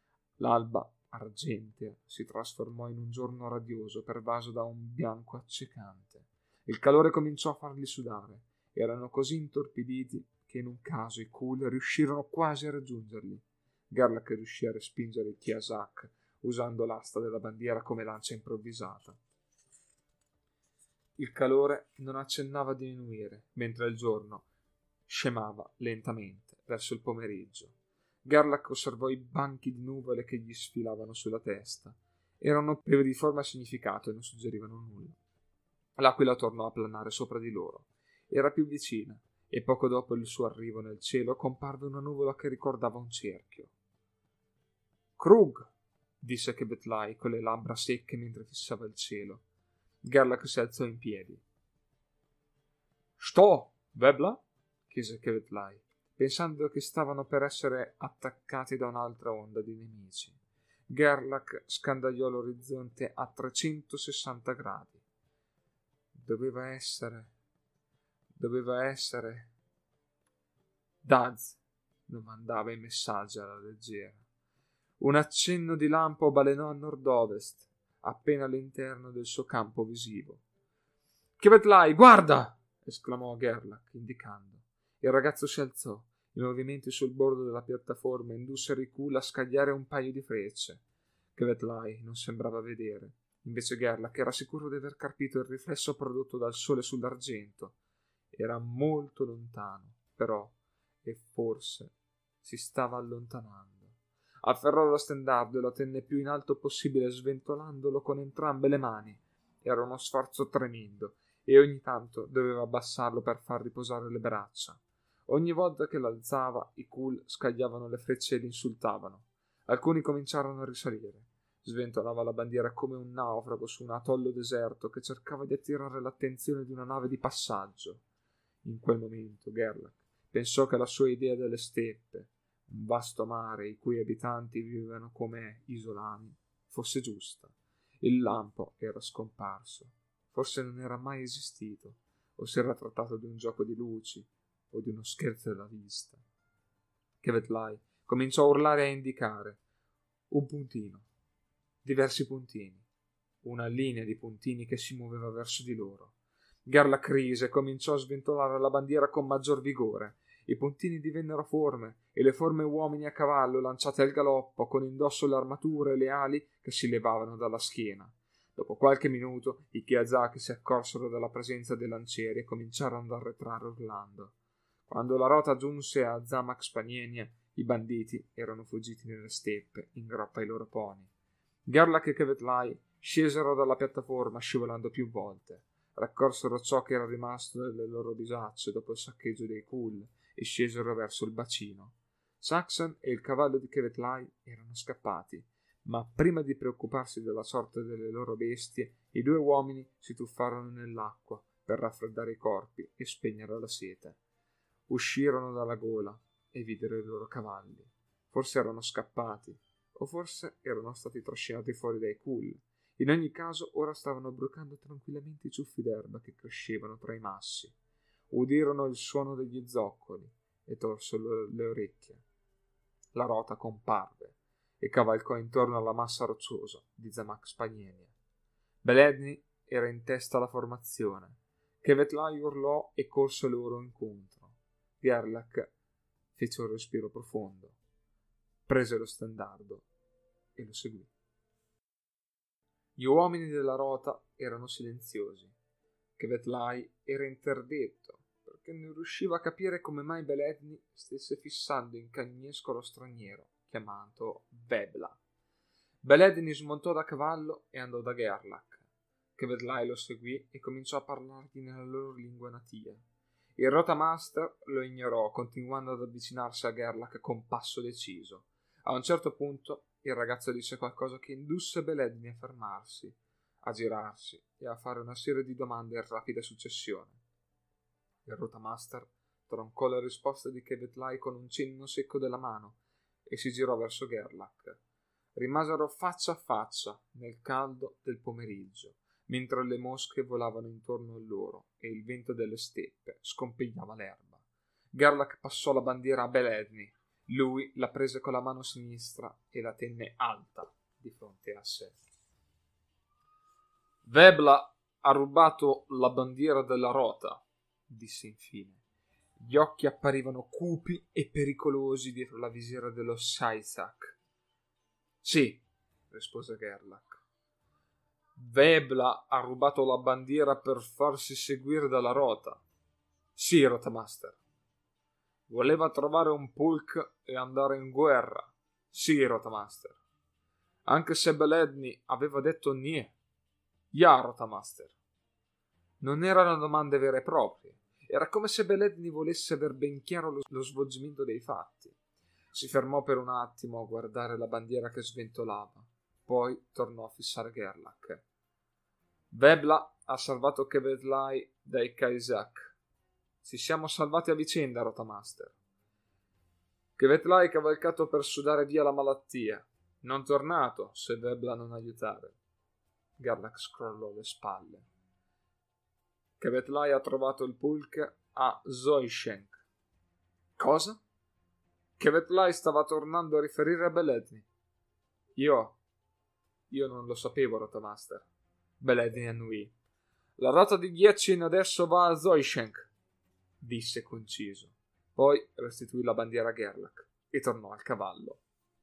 Speaker 1: L'alba argentea si trasformò in un giorno radioso pervaso da un bianco accecante. Il calore cominciò a farli sudare. Erano così intorpiditi che in un caso i Kul riuscirono quasi a raggiungerli. Gerlach riuscì a respingere i Kiasak usando l'asta della bandiera come lancia improvvisata. Il calore non accennava a diminuire, mentre il giorno scemava lentamente verso il pomeriggio. Gerlach osservò i banchi di nuvole che gli sfilavano sulla testa. Erano privi di forma e significato e non suggerivano nulla. L'aquila tornò a planare sopra di loro. Era più vicina e poco dopo il suo arrivo nel cielo comparve una nuvola che ricordava un cerchio. «Krug!» disse Kevetlai con le labbra secche mentre fissava il cielo. Gerlach si alzò in piedi. «Sto, Vebla?» chiese Kevetlai, pensando che stavano per essere attaccati da un'altra onda di nemici. Gerlach scandagliò l'orizzonte a trecentosessanta gradi. Doveva essere... doveva essere... Daz domandava i messaggi alla leggera. Un accenno di lampo balenò a nord-ovest, appena all'interno del suo campo visivo. «Kevetlai, guarda!» esclamò Gerlach, indicando. Il ragazzo si alzò. I movimenti sul bordo della piattaforma indussero i Kul a scagliare un paio di frecce. Kevetlai non sembrava vedere. Invece Gerlach era sicuro di aver carpito il riflesso prodotto dal sole sull'argento. Era molto lontano, però, e forse si stava allontanando. Afferrò lo stendardo e lo tenne più in alto possibile, sventolandolo con entrambe le mani. Era uno sforzo tremendo e ogni tanto doveva abbassarlo per far riposare le braccia. Ogni volta che l'alzava, i Kul scagliavano le frecce e l'insultavano. Alcuni cominciarono a risalire. Sventolava la bandiera come un naufrago su un atollo deserto che cercava di attirare l'attenzione di una nave di passaggio. In quel momento Gerlach pensò che la sua idea delle steppe, un vasto mare i cui abitanti vivevano come isolani, fosse giusta. Il lampo era scomparso. Forse non era mai esistito, o si era trattato di un gioco di luci o di uno scherzo della vista. Kevetlai cominciò a urlare e a indicare un puntino, diversi puntini, una linea di puntini che si muoveva verso di loro. Gerlach rise e cominciò a sventolare la bandiera con maggior vigore. I puntini divennero forme, e le forme uomini a cavallo lanciate al galoppo, con indosso le armature e le ali che si levavano dalla schiena. Dopo qualche minuto i Kiyazaki si accorsero della presenza dei lancieri e cominciarono ad arretrare urlando. Quando la rota giunse a Zamax Panienia, i banditi erano fuggiti nelle steppe in groppa ai loro poni. Gerlach e Kevetlai scesero dalla piattaforma scivolando più volte, raccolsero ciò che era rimasto delle loro bisacce dopo il saccheggio dei Kul e scesero verso il bacino. Saxon e il cavallo di Kevetlai erano scappati, ma prima di preoccuparsi della sorte delle loro bestie, i due uomini si tuffarono nell'acqua per raffreddare i corpi e spegnere la sete. Uscirono dalla gola e videro i loro cavalli. Forse erano scappati, o forse erano stati trascinati fuori dai Kul. In ogni caso ora stavano brucando tranquillamente i ciuffi d'erba che crescevano tra i massi. Udirono il suono degli zoccoli e torsero le orecchie. La rota comparve e cavalcò intorno alla massa rocciosa di Zamax Panienia. Beledni era in testa alla formazione. Kevetlai urlò e corse loro incontro. Gerlach fece un respiro profondo, prese lo stendardo e lo seguì. Gli uomini della rota erano silenziosi. Kevetlai era interdetto perché non riusciva a capire come mai Beledni stesse fissando in cagnesco lo straniero chiamato Vebla. Beledni smontò da cavallo e andò da Gerlach. Kevetlai lo seguì e cominciò a parlargli nella loro lingua natia. Il Rotamaster lo ignorò, continuando ad avvicinarsi a Gerlach con passo deciso. A un certo punto il ragazzo disse qualcosa che indusse Beledni a fermarsi, a girarsi e a fare una serie di domande in rapida successione. Il Rotamaster troncò la risposta di Kevetlai con un cenno secco della mano e si girò verso Gerlach. Rimasero faccia a faccia nel caldo del pomeriggio, mentre le mosche volavano intorno a loro e il vento delle steppe scompigliava l'erba. Gerlach passò la bandiera a Beledni. Lui la prese con la mano sinistra e la tenne alta di fronte a sé. Vebla ha rubato la bandiera della rota, disse infine. Gli occhi apparivano cupi e pericolosi dietro la visiera dello Saizak. Sì, rispose Gerlach. Vebla ha rubato la bandiera per farsi seguire dalla rota. Sì, Rotamaster. Voleva trovare un pulk e andare in guerra. Sì, Rotamaster. Anche se Beledni aveva detto nie. Ya, Rotamaster. Non erano domande vere e proprie. Era come se Beledni volesse aver ben chiaro lo, lo svolgimento dei fatti. Si fermò per un attimo a guardare la bandiera che sventolava. Poi tornò a fissare Gerlach. Vebla ha salvato Kevetlai dai Kaisak. Ci siamo salvati a vicenda, Rotamaster. Kevetlai cavalcato per sudare via la malattia. Non tornato, se Vebla non aiutare. Gerlach scrollò le spalle. Kevetlai ha trovato il pulk a Zoishenk. Cosa? Kevetlai stava tornando a riferire a Beledni. Io... Io non lo sapevo, Rotamaster. Beledni annuì. La rota di Ghiecin adesso va a Zoishenk, disse conciso. Poi restituì la bandiera a Gerlach e tornò al cavallo.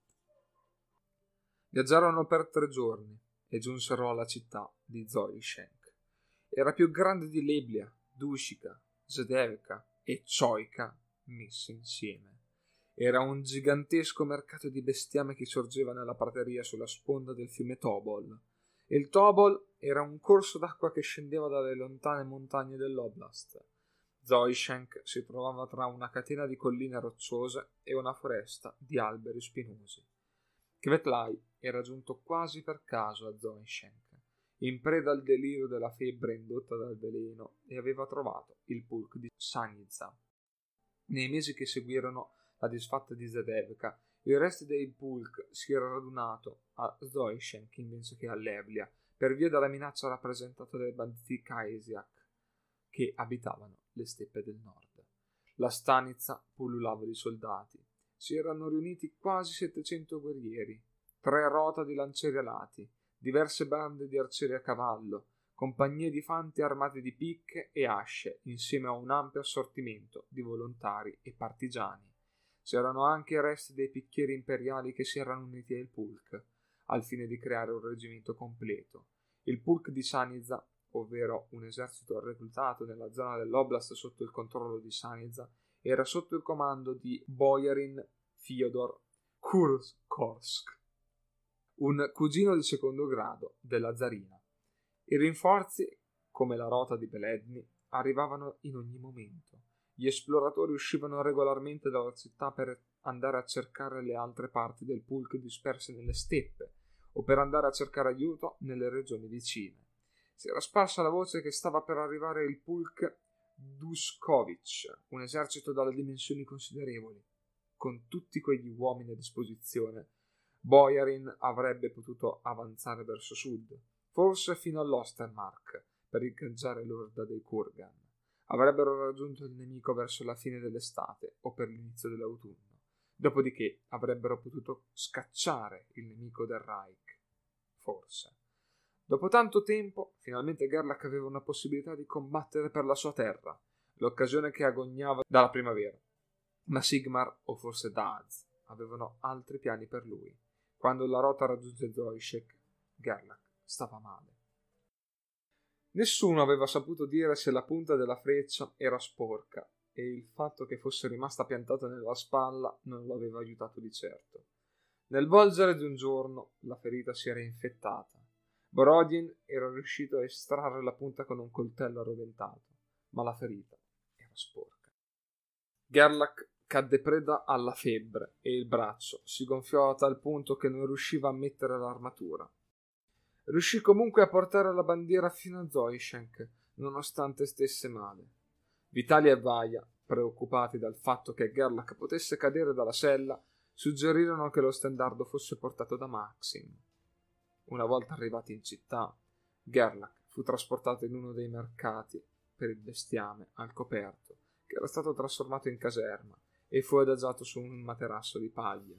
Speaker 1: Viaggiarono per tre giorni e giunsero alla città di Zoishenk. Era più grande di Leblia, Dushika, Zedevka e Choika messi insieme. Era un gigantesco mercato di bestiame che sorgeva nella prateria sulla sponda del fiume Tobol. Il Tobol era un corso d'acqua che scendeva dalle lontane montagne dell'Oblast. Zoishenk si trovava tra una catena di colline rocciose e una foresta di alberi spinosi. Kevetlai era giunto quasi per caso a Zoishenk, in preda al delirio della febbre indotta dal veleno, e aveva trovato il pulk di Sanizza. Nei mesi che seguirono la disfatta di Zedevka, il resto del pulk si era radunato a Zoishenk invece che a Leblia, per via della minaccia rappresentata dai banditi Kaisiak che abitavano le steppe del nord. La stanizza pullulava di soldati. Si erano riuniti quasi settecento guerrieri, tre rota di lancieri alati, diverse bande di arcieri a cavallo, compagnie di fanti armate di picche e asce, insieme a un ampio assortimento di volontari e partigiani. C'erano anche i resti dei picchieri imperiali che si erano uniti al Pulk, al fine di creare un reggimento completo. Il Pulk di Sanizza, ovvero un esercito reclutato nella zona dell'oblast sotto il controllo di Sanizza, era sotto il comando di Bojarin Fyodor Kurkorsk, un cugino di secondo grado della zarina. I rinforzi, come la rota di Beledni, arrivavano in ogni momento. Gli esploratori uscivano regolarmente dalla città per andare a cercare le altre parti del Pulk disperse nelle steppe o per andare a cercare aiuto nelle regioni vicine. Si era sparsa la voce che stava per arrivare il Pulk Dušković, un esercito dalle dimensioni considerevoli. Con tutti quegli uomini a disposizione, Bojarin avrebbe potuto avanzare verso sud, forse fino all'Ostermark, per ingaggiare l'orda dei Kurgan. Avrebbero raggiunto il nemico verso la fine dell'estate o per l'inizio dell'autunno. Dopodiché avrebbero potuto scacciare il nemico del Reich. Forse. Dopo tanto tempo, finalmente Gerlach aveva una possibilità di combattere per la sua terra, l'occasione che agognava dalla primavera. Ma Sigmar, o forse Daz, avevano altri piani per lui. Quando la rota raggiunse Zoisek, Gerlach stava male. Nessuno aveva saputo dire se la punta della freccia era sporca e il fatto che fosse rimasta piantata nella spalla non lo aveva aiutato di certo. Nel volgere di un giorno la ferita si era infettata. Borodin era riuscito a estrarre la punta con un coltello arroventato, ma la ferita era sporca. Gerlach cadde preda alla febbre e il braccio si gonfiò a tal punto che non riusciva a mettere l'armatura. Riuscì comunque a portare la bandiera fino a Zoishenk, nonostante stesse male. Vitalia e Vaia, preoccupati dal fatto che Gerlach potesse cadere dalla sella, suggerirono che lo stendardo fosse portato da Maxim. Una volta arrivati in città, Gerlach fu trasportato in uno dei mercati per il bestiame al coperto, che era stato trasformato in caserma, e fu adagiato su un materasso di paglia.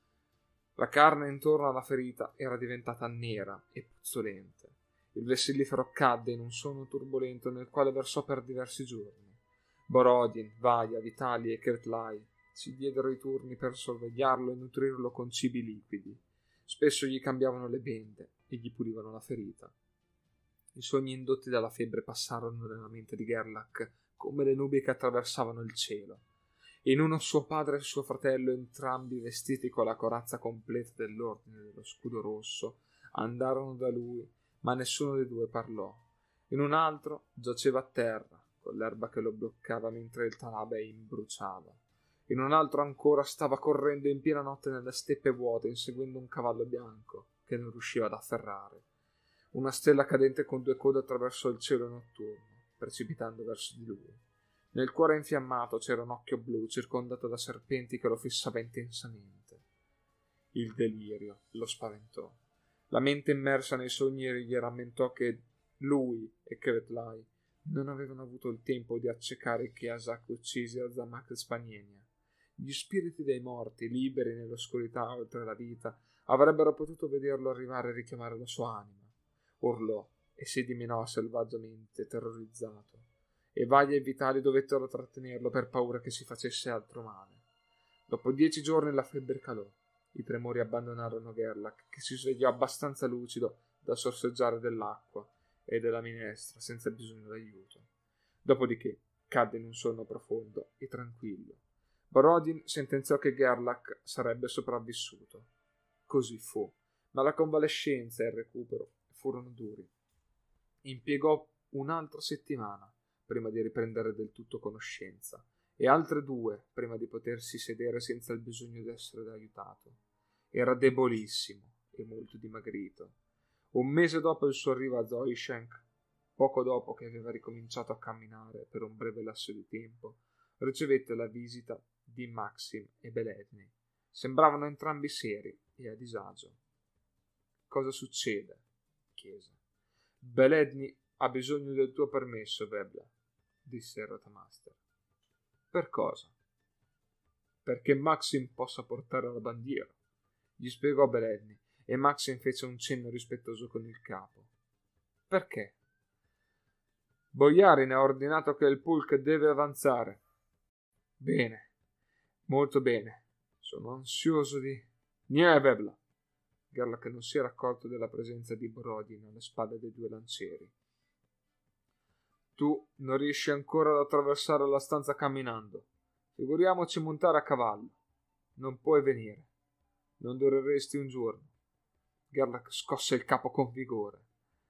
Speaker 1: La carne intorno alla ferita era diventata nera e puzzolente. Il vessillifero cadde in un sonno turbolento nel quale versò per diversi giorni. Borodin, Vaia, Vitali e Kretlai si diedero i turni per sorvegliarlo e nutrirlo con cibi liquidi. Spesso gli cambiavano le bende e gli pulivano la ferita. I sogni indotti dalla febbre passarono nella mente di Gerlach come le nubi che attraversavano il cielo. In uno suo padre e suo fratello, entrambi vestiti con la corazza completa dell'ordine dello scudo rosso, andarono da lui, ma nessuno dei due parlò. In un altro giaceva a terra, con l'erba che lo bloccava mentre il Talabe imbruciava. In un altro ancora stava correndo in piena notte nelle steppe vuote, inseguendo un cavallo bianco che non riusciva ad afferrare. Una stella cadente con due code attraversò il cielo notturno, precipitando verso di lui. Nel cuore infiammato c'era un occhio blu circondato da serpenti che lo fissava intensamente. Il delirio lo spaventò. La mente immersa nei sogni gli rammentò che lui e Kretlai non avevano avuto il tempo di accecare Kiasak uccisi a Zamak Spanienia. Gli spiriti dei morti, liberi nell'oscurità oltre la vita, avrebbero potuto vederlo arrivare e richiamare la sua anima. Urlò e si dimenò selvaggiamente, terrorizzato, e Vaia e Vitali dovettero trattenerlo per paura che si facesse altro male. Dopo dieci giorni la febbre calò. I tremori abbandonarono Gerlach, che si svegliò abbastanza lucido da sorseggiare dell'acqua e della minestra senza bisogno d'aiuto. Dopodiché cadde in un sonno profondo e tranquillo. Borodin sentenziò che Gerlach sarebbe sopravvissuto. Così fu, ma la convalescenza e il recupero furono duri. Impiegò un'altra settimana prima di riprendere del tutto conoscenza, e altre due prima di potersi sedere senza il bisogno di essere aiutato. Era debolissimo e molto dimagrito. Un mese dopo il suo arrivo a Zoishenk, poco dopo che aveva ricominciato a camminare per un breve lasso di tempo, ricevette la visita di Maxim e Beledni. Sembravano entrambi seri e a disagio. «Cosa succede?» chiese. «Beledni ha bisogno del tuo permesso, Vebla», disse il Rotamaster. «Per cosa?» «Perché Maxim possa portare la bandiera», gli spiegò Beledni, e Maxim fece un cenno rispettoso con il capo. «Perché?» Bojarin ha ordinato che il pulk deve avanzare. Bene, molto bene. Sono ansioso di... Nievebla! Gerlach non si era accorto della presenza di Borodin alle spalle dei due lancieri. Tu non riesci ancora ad attraversare la stanza camminando. Figuriamoci montare a cavallo. Non puoi venire. Non dureresti un giorno. Gerlach scosse il capo con vigore.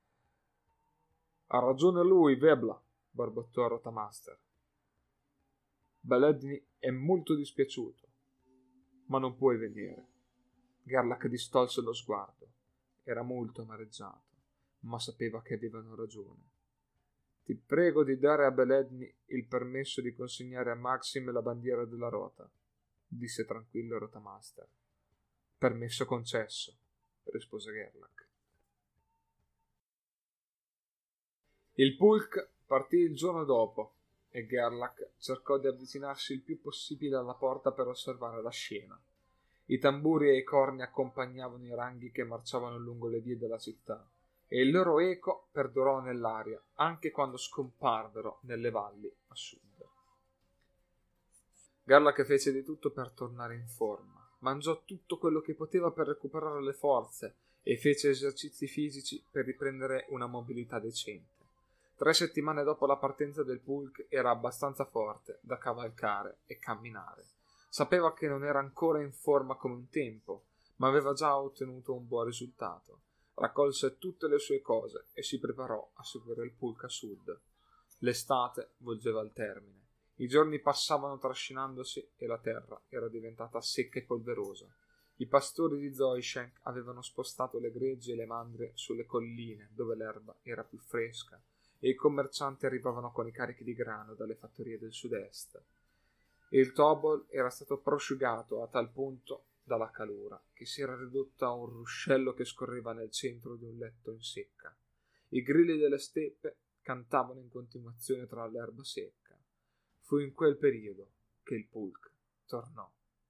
Speaker 1: Ha ragione lui, Vebla, borbottò Rotamaster. Beledni è molto dispiaciuto, ma non puoi venire. Gerlach distolse lo sguardo. Era molto amareggiato, ma sapeva che avevano ragione. Ti prego di dare a Beledni il permesso di consegnare a Maxim la bandiera della rota, disse tranquillo Rotamaster. Permesso concesso, rispose Gerlach. Il pulk partì il giorno dopo e Gerlach cercò di avvicinarsi il più possibile alla porta per osservare la scena. I tamburi e i corni accompagnavano i ranghi che marciavano lungo le vie della città e il loro eco perdurò nell'aria anche quando scomparvero nelle valli a sud. Gerlach fece di tutto per tornare in forma, mangiò tutto quello che poteva per recuperare le forze e fece esercizi fisici per riprendere una mobilità decente. Tre settimane dopo la partenza del pulk era abbastanza forte da cavalcare e camminare. Sapeva che non era ancora in forma come un tempo, ma aveva già ottenuto un buon risultato. Raccolse tutte le sue cose e si preparò a seguire il pulk a sud. L'estate volgeva al termine. I giorni passavano trascinandosi e la terra era diventata secca e polverosa. I pastori di Zoishenk avevano spostato le greggi e le mandrie sulle colline dove l'erba era più fresca e i commercianti arrivavano con i carichi di grano dalle fattorie del sud-est. Il Tobol era stato prosciugato a tal punto dalla calura che si era ridotto a un ruscello che scorreva nel centro di un letto in secca. I grilli delle steppe cantavano in continuazione tra l'erba secca. Fu in quel periodo che il pulk tornò.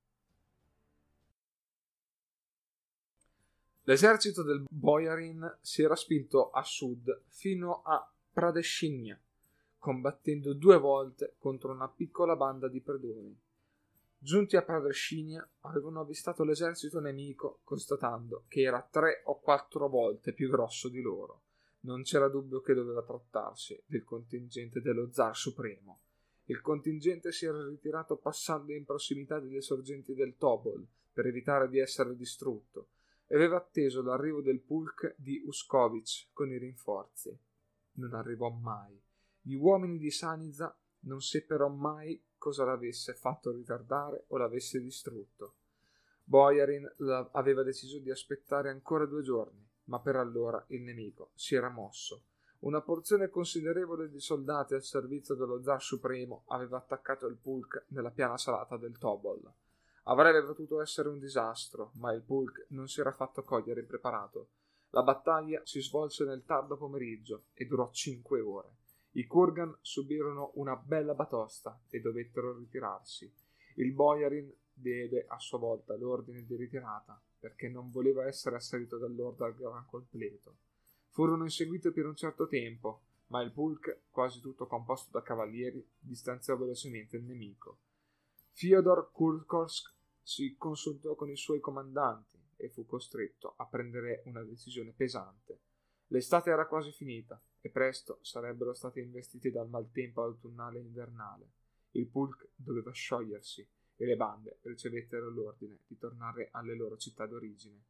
Speaker 1: L'esercito del Bojarin si era spinto a sud fino a Pradeshinia, combattendo due volte contro una piccola banda di predoni. Giunti a Pradeshinia avevano avvistato l'esercito nemico, constatando che era tre o quattro volte più grosso di loro. Non c'era dubbio che doveva trattarsi del contingente dello zar supremo. Il contingente si era ritirato passando in prossimità delle sorgenti del Tobol per evitare di essere distrutto e aveva atteso l'arrivo del pulk di Uskovich con i rinforzi. Non arrivò mai. Gli uomini di Sanizza non seppero mai cosa l'avesse fatto ritardare o l'avesse distrutto. Bojarin aveva deciso di aspettare ancora due giorni, ma per allora il nemico si era mosso. Una porzione considerevole di soldati al servizio dello zar supremo aveva attaccato il pulk nella piana salata del Tobol. Avrebbe potuto essere un disastro, ma il pulk non si era fatto cogliere impreparato. La battaglia si svolse nel tardo pomeriggio e durò cinque ore. I Kurgan subirono una bella batosta e dovettero ritirarsi. Il Bojarin diede a sua volta l'ordine di ritirata perché non voleva essere assalito dall'orda al gran completo. Furono inseguiti per un certo tempo, ma il pulk, quasi tutto composto da cavalieri, distanziò velocemente il nemico. Fyodor Kurkovsk si consultò con i suoi comandanti e fu costretto a prendere una decisione pesante. L'estate era quasi finita e presto sarebbero stati investiti dal maltempo autunnale e invernale. Il pulk doveva sciogliersi e le bande ricevettero l'ordine di tornare alle loro città d'origine.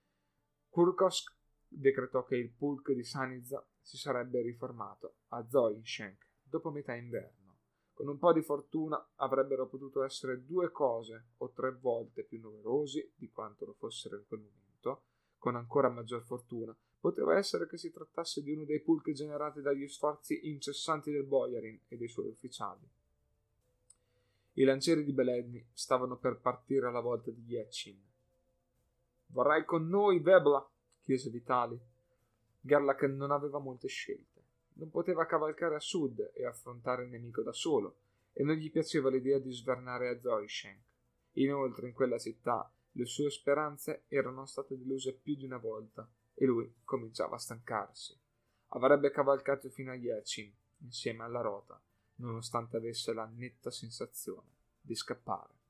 Speaker 1: Kurkovsk decretò che il pulk di Sanizza si sarebbe riformato a Zoishenk dopo metà inverno. Con un po' di fortuna avrebbero potuto essere due cose o tre volte più numerosi di quanto lo fossero in quel momento. Con ancora maggior fortuna poteva essere che si trattasse di uno dei pulk generati dagli sforzi incessanti del Bojarin e dei suoi ufficiali. I lancieri di Beledni stavano per partire alla volta di Yechin. «Vorrai con noi, Vebla?» chiese Vitali. Gerlach non aveva molte scelte. Non poteva cavalcare a sud e affrontare il nemico da solo, e non gli piaceva l'idea di svernare a Zoishenk. Inoltre in quella città le sue speranze erano state deluse più di una volta e lui cominciava a stancarsi. Avrebbe cavalcato fino a Yechin, insieme alla rota, nonostante avesse la netta sensazione di scappare.